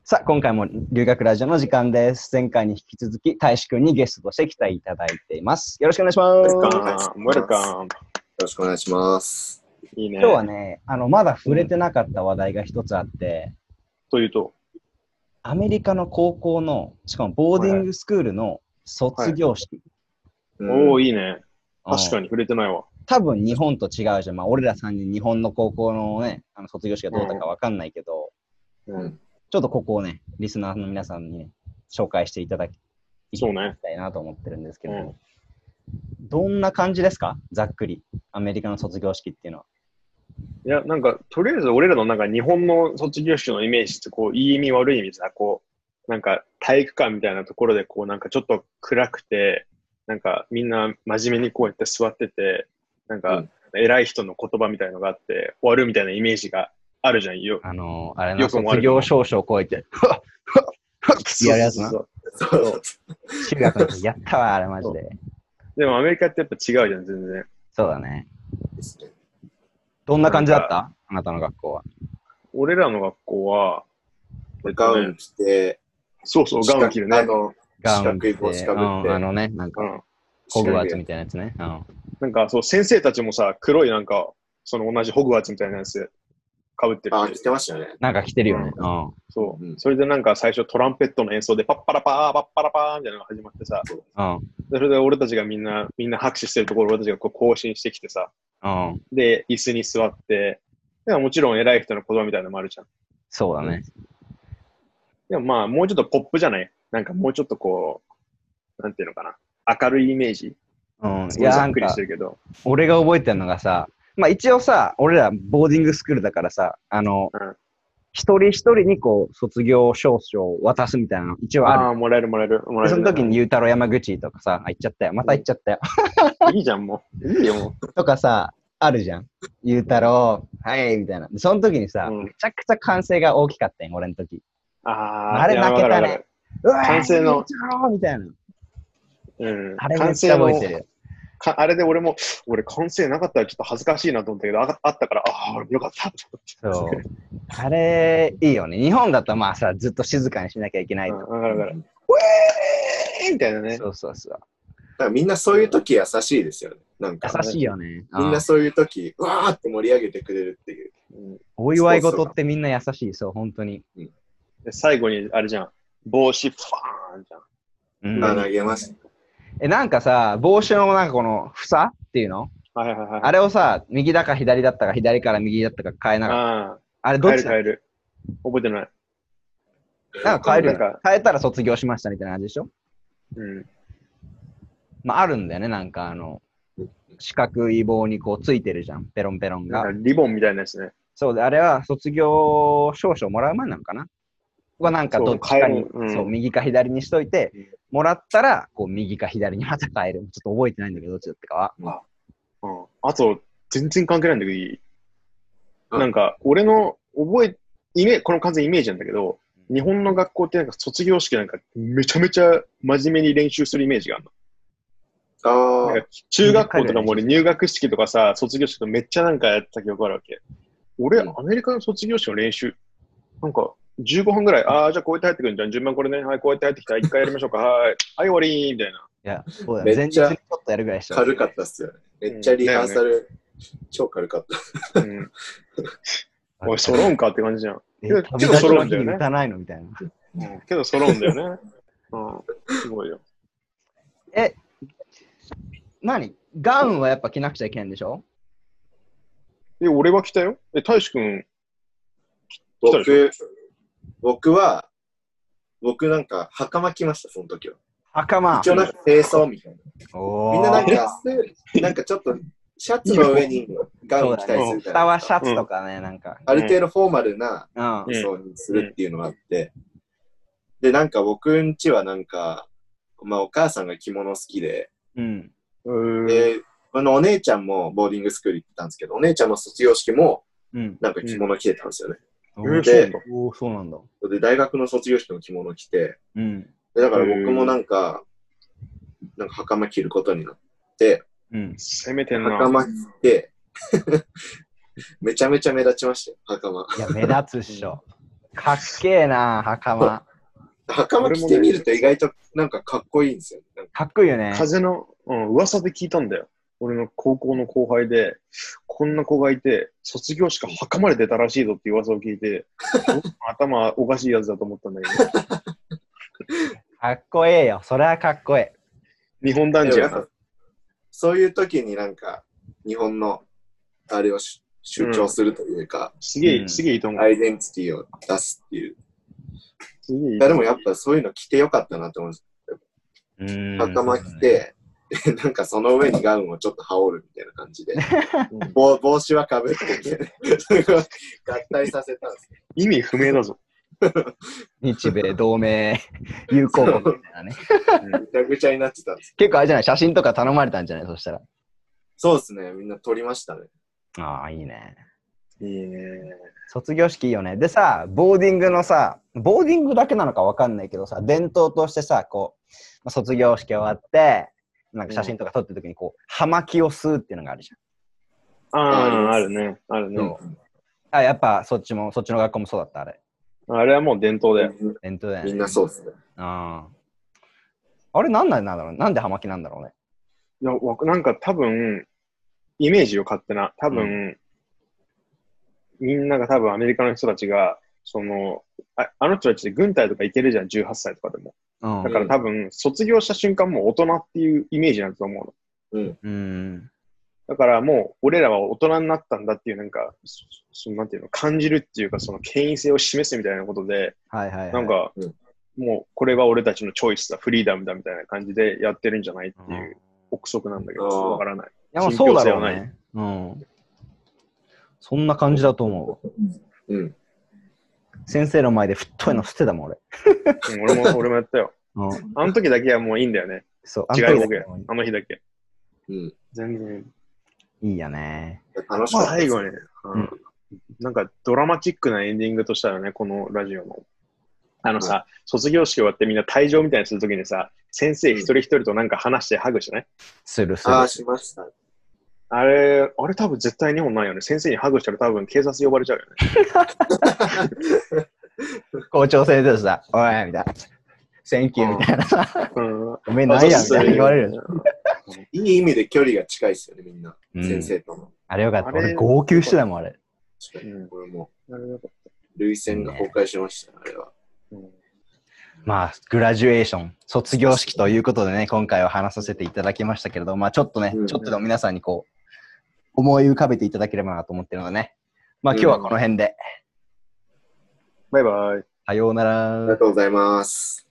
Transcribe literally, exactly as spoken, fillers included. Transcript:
さあ、今回も留学ラジオの時間です。前回に引き続き、大志くんにゲストとして来ていただいています。よろしくお願いします。 ウェルカム。よろしくお願いします。 いいね。今日はね、あの、まだ触れてなかった話題が一つあって、 うん、というと、 アメリカの高校の、しかもボーディングスクールの卒業式。 はいはい、おー、いいね。確かに触れてないわ。 多分日本と違うじゃん。まあ、俺らさんにん日本の高校のね、あの卒業式がどうだかわかんないけど、 うん、 ちょっとここをね、リスナーの皆さんにね、紹介していただきたいなと思ってるんですけど、ね、うん、どんな感じですか？ざっくり。アメリカの卒業式っていうのは。 いや、なんか、とりあえず俺らのなんか日本の卒業式のイメージって、こう、いい意味悪い意味さ、こう、なんか体育館みたいなところで、こう、なんかちょっと暗くて、なんかみんな真面目にこうやって座ってて、なんか偉い人の言葉みたいのがあって終わるみたいなイメージがあるじゃんよ。 あのー、あれな、卒業証書をこうやって、やるやつな。そうそう中学の時やったわ、あれマジで。 でもアメリカってやっぱ違うじゃん、全然。 そうだね。どんな感じだった？あなたの学校は。 俺らの学校は、 ガウン着て、 そうそう、ガウン着るね。 ガウン着て、帽子かぶって、 あのね、なんか、ホグワーツみたいなやつね。 なんか、そう、先生たちもさ、黒いなんか、その同じホグワーツみたいなやつかぶってる。 あ、着てましたね。 なんか着てるよね。うん。 そう。それでなんか最初トランペットの演奏でパッパラパー、パッパラパーみたいなのが始まってさ。うん。それで俺たちがみんな、みんな拍手してるところ、俺たちがこう更新してきてさ。うん。で、椅子に座って、でももちろん偉い人の言葉みたいなのもあるじゃん。 そうだね。 でもまあ、もうちょっとポップじゃない？なんかもうちょっとこう、なんていうのかな。明るいイメージ。 うん。 いや、ざっくりしてるけど。 俺が覚えてるのがさ、まあ一応さ、俺らボーディングスクールだからさ、あの、うん、一人一人にこう、卒業証書を渡すみたいなの一応ある。 ああ、もらえるもらえる。もらえる、 その時にゆうたろう山口とかさ、あ、行っちゃったよ。また行っちゃったよ。 いいじゃん、もう。いいよ、もう。 とかさ、あるじゃん。ゆうたろう、はい、みたいな。その時にさ、うん、めちゃくちゃ歓声が大きかったよ、俺の時。 ああ、 あれ負けたね。 うわー、歓声の。 みたいな。 うん。 あれめっちゃ覚えてるよ。 かあれで俺も、俺歓声なかったらちょっと恥ずかしいなと思ったけど、あ, あったから、ああ、よかったと思って。そう。あれ、いいよね。日本だとまあさ、ずっと静かにしなきゃいけない。わ、 うん、かるわかる。ウェーイみたいなね。 そうそうそう。だからみんなそういう時優しいですよね。なんか、 優しいよね。 みんなそういう時、うわーって盛り上げてくれるっていう。 うん、お祝い事ってみんな優しい、そう、本当に。 うん、で最後に、あれじゃん。帽子、ファーンじゃん。 うん、あ、投げます。 え、なんかさ、帽子のなんかこの房っていうの、 はいはいはい、 あれをさ、右だか左だったか、左から右だったか変えなかった。あ, あれどっちだ？ 変える変える。覚えてない。 なんか変えるか。変えたら卒業しましたみたいな感じでしょ？ うん。 まああるんだよね、なんかあの、四角い棒にこうついてるじゃん、ペロンペロンが。 なんかリボンみたいなやつね。 そうで、あれは卒業証書もらう前なのかな？はなんかどっちかに、そう、うん、そう右か左にしといて、うん、もらったら、こう右か左にまた変える。ちょっと覚えてないんだけど、どっちだったかは。 あ、うん、あと、全然関係ないんだけどいい？なんか、俺の覚え、イメこの完全イメージなんだけど、日本の学校ってなんか卒業式なんかめちゃめちゃ真面目に練習するイメージがあるの。 あなんか中学校とかも俺入学式とかさ、卒業式とかめっちゃなんかやってた記憶あるわけ。俺、アメリカの卒業式の練習、なんか、じゅうごふんぐらい、ああ、じゃあこうやって入ってくるんじゃん。順番これね。はい、こうやって入ってきた。一回やりましょうか。はい。はい、終わりーみたいな。いや、そうだね。めっちゃちょっとやるぐらいした。 軽かったっすよね。めっちゃリハーサル、うんね、超軽かった。うん。 おい、揃うんかって感じじゃん。 けど、けど揃うんだよね。歌ないのみたいな。 うん。けど揃うんだよね。うん。すごいよ。 え、何？ガウンはやっぱ着なくちゃいけないんでしょ？ え、俺は着たよ。え、大志くん、 僕、僕は、僕なんか、袴着ました、その時は。 袴？ 一応なんか清掃みたいな。みんななんか、なんかちょっと、シャツの上にガウン着たりするから。 下はシャツとかね、なんか。 ある程度フォーマルな服装にするっていうのがあって。で、なんか僕んちはなんか、まあお母さんが着物好きで、 うん、 で、あのお姉ちゃんもボーディングスクール行ってたんですけど、お姉ちゃんの卒業式も、なんか着物着てたんですよね。 うん、で、おー、そうなんだ。 で、大学の卒業式の着物着て、 うん、 でだから僕もなんか、なんか袴着ることになって、 うん、 攻めてんな。 袴着て、めちゃめちゃ目立ちましたよ、袴。 いや、目立つっしょ。 かっけえな、袴。 袴着てみると意外となんかかっこいいんですよ。 かっこいいよね。 風の、うん、噂で聞いたんだよ。俺の高校の後輩で、こんな子がいて、卒業式袴で出たらしいぞっていう噂を聞いて、頭おかしいやつだと思ったんだけど。 かっこええよ。それはかっこええ。日本男児やな。 そういう時になんか、日本のあれを主張するというか、 うん、すげえ、すげえいいと思う。 アイデンティティを出すっていう。すげえいい。いやでもやっぱそういうの着てよかったなと思うんですよ。袴着て、なんかその上にガウンをちょっと羽織るみたいな感じで、帽, 帽子はかぶって、合体させたんです。 意味不明だぞ。 日米同盟友好国みたいなね。 ぐちゃぐちゃになってたんです。 結構あれじゃない、写真とか頼まれたんじゃない、そしたら。 そうですね、みんな撮りましたね。 ああ、いいね。 いいね。 卒業式いいよね。でさ、ボーディングのさ、ボーディングだけなのかわかんないけどさ、伝統としてさ、こう、卒業式終わって、なんか写真とか撮ってるときにこう、葉巻を吸うっていうのがあるじゃん。ああ、あるね。あるね。 あ、やっぱそっちも、そっちの学校もそうだった、あれ。 あれはもう伝統だよ。 伝統だよね。 みんなそうですね。 ああ。あれなんなんだろう、なんで葉巻なんだろうね。 いや、なんか多分、イメージを勝手な。多分、うん、みんなが多分アメリカの人たちが、その、あ, あの人たちで軍隊とか行けるじゃん、じゅうはっさいとかでも。うん、だから多分、卒業した瞬間もう大人っていうイメージなんだと思うの。うん。うんだからもう、俺らは大人になったんだっていう、なんか、そのなんていうの、感じるっていうか、その権威性を示すみたいなことで、 はいはいはい、 なんか、うん、もう、これは俺たちのチョイスだ、フリーダムだみたいな感じでやってるんじゃないっていう憶測なんだけど、わからない。いや、まあそうだろうね。うん。そんな感じだと思う。うん。先生の前で太いの捨てたもん、俺。 うん、俺も、俺もやったよ。うん、あの時だけはもういいんだよね。 そう、 違い僕や。あの日だけ。 うん。 全然。 いいよね。 楽しかったです。 最後に、うんうん、なんかドラマチックなエンディングとしたらね、このラジオの。あのさ、うん、卒業式終わってみんな退場みたいにするときにさ、先生一人一人となんか話してハグしない？ するする。 ああ、しました。 あれ、あれ多分絶対日本ないよね。先生にハグしたら多分警察呼ばれちゃうよね。 校長先生とさ、おいみたいな。センキューみたいなさ。うん、おめえ何やみたいな言われる。 いい意味で距離が近いですよね、みんな。うん、先生との。 あれよかった。俺号泣してたもん、あれ。 確かに、これも。涙腺が崩壊しましたね、あれは。うん、 まあ、グラジュエーション、卒業式ということでね、今回は話させていただきましたけれど、まあちょっとね、うん、ちょっとでも皆さんにこう、思い浮かべていただければなと思ってるのでね。まあ今日はこの辺で。 うん、バイバイ。 さようなら。 ありがとうございます。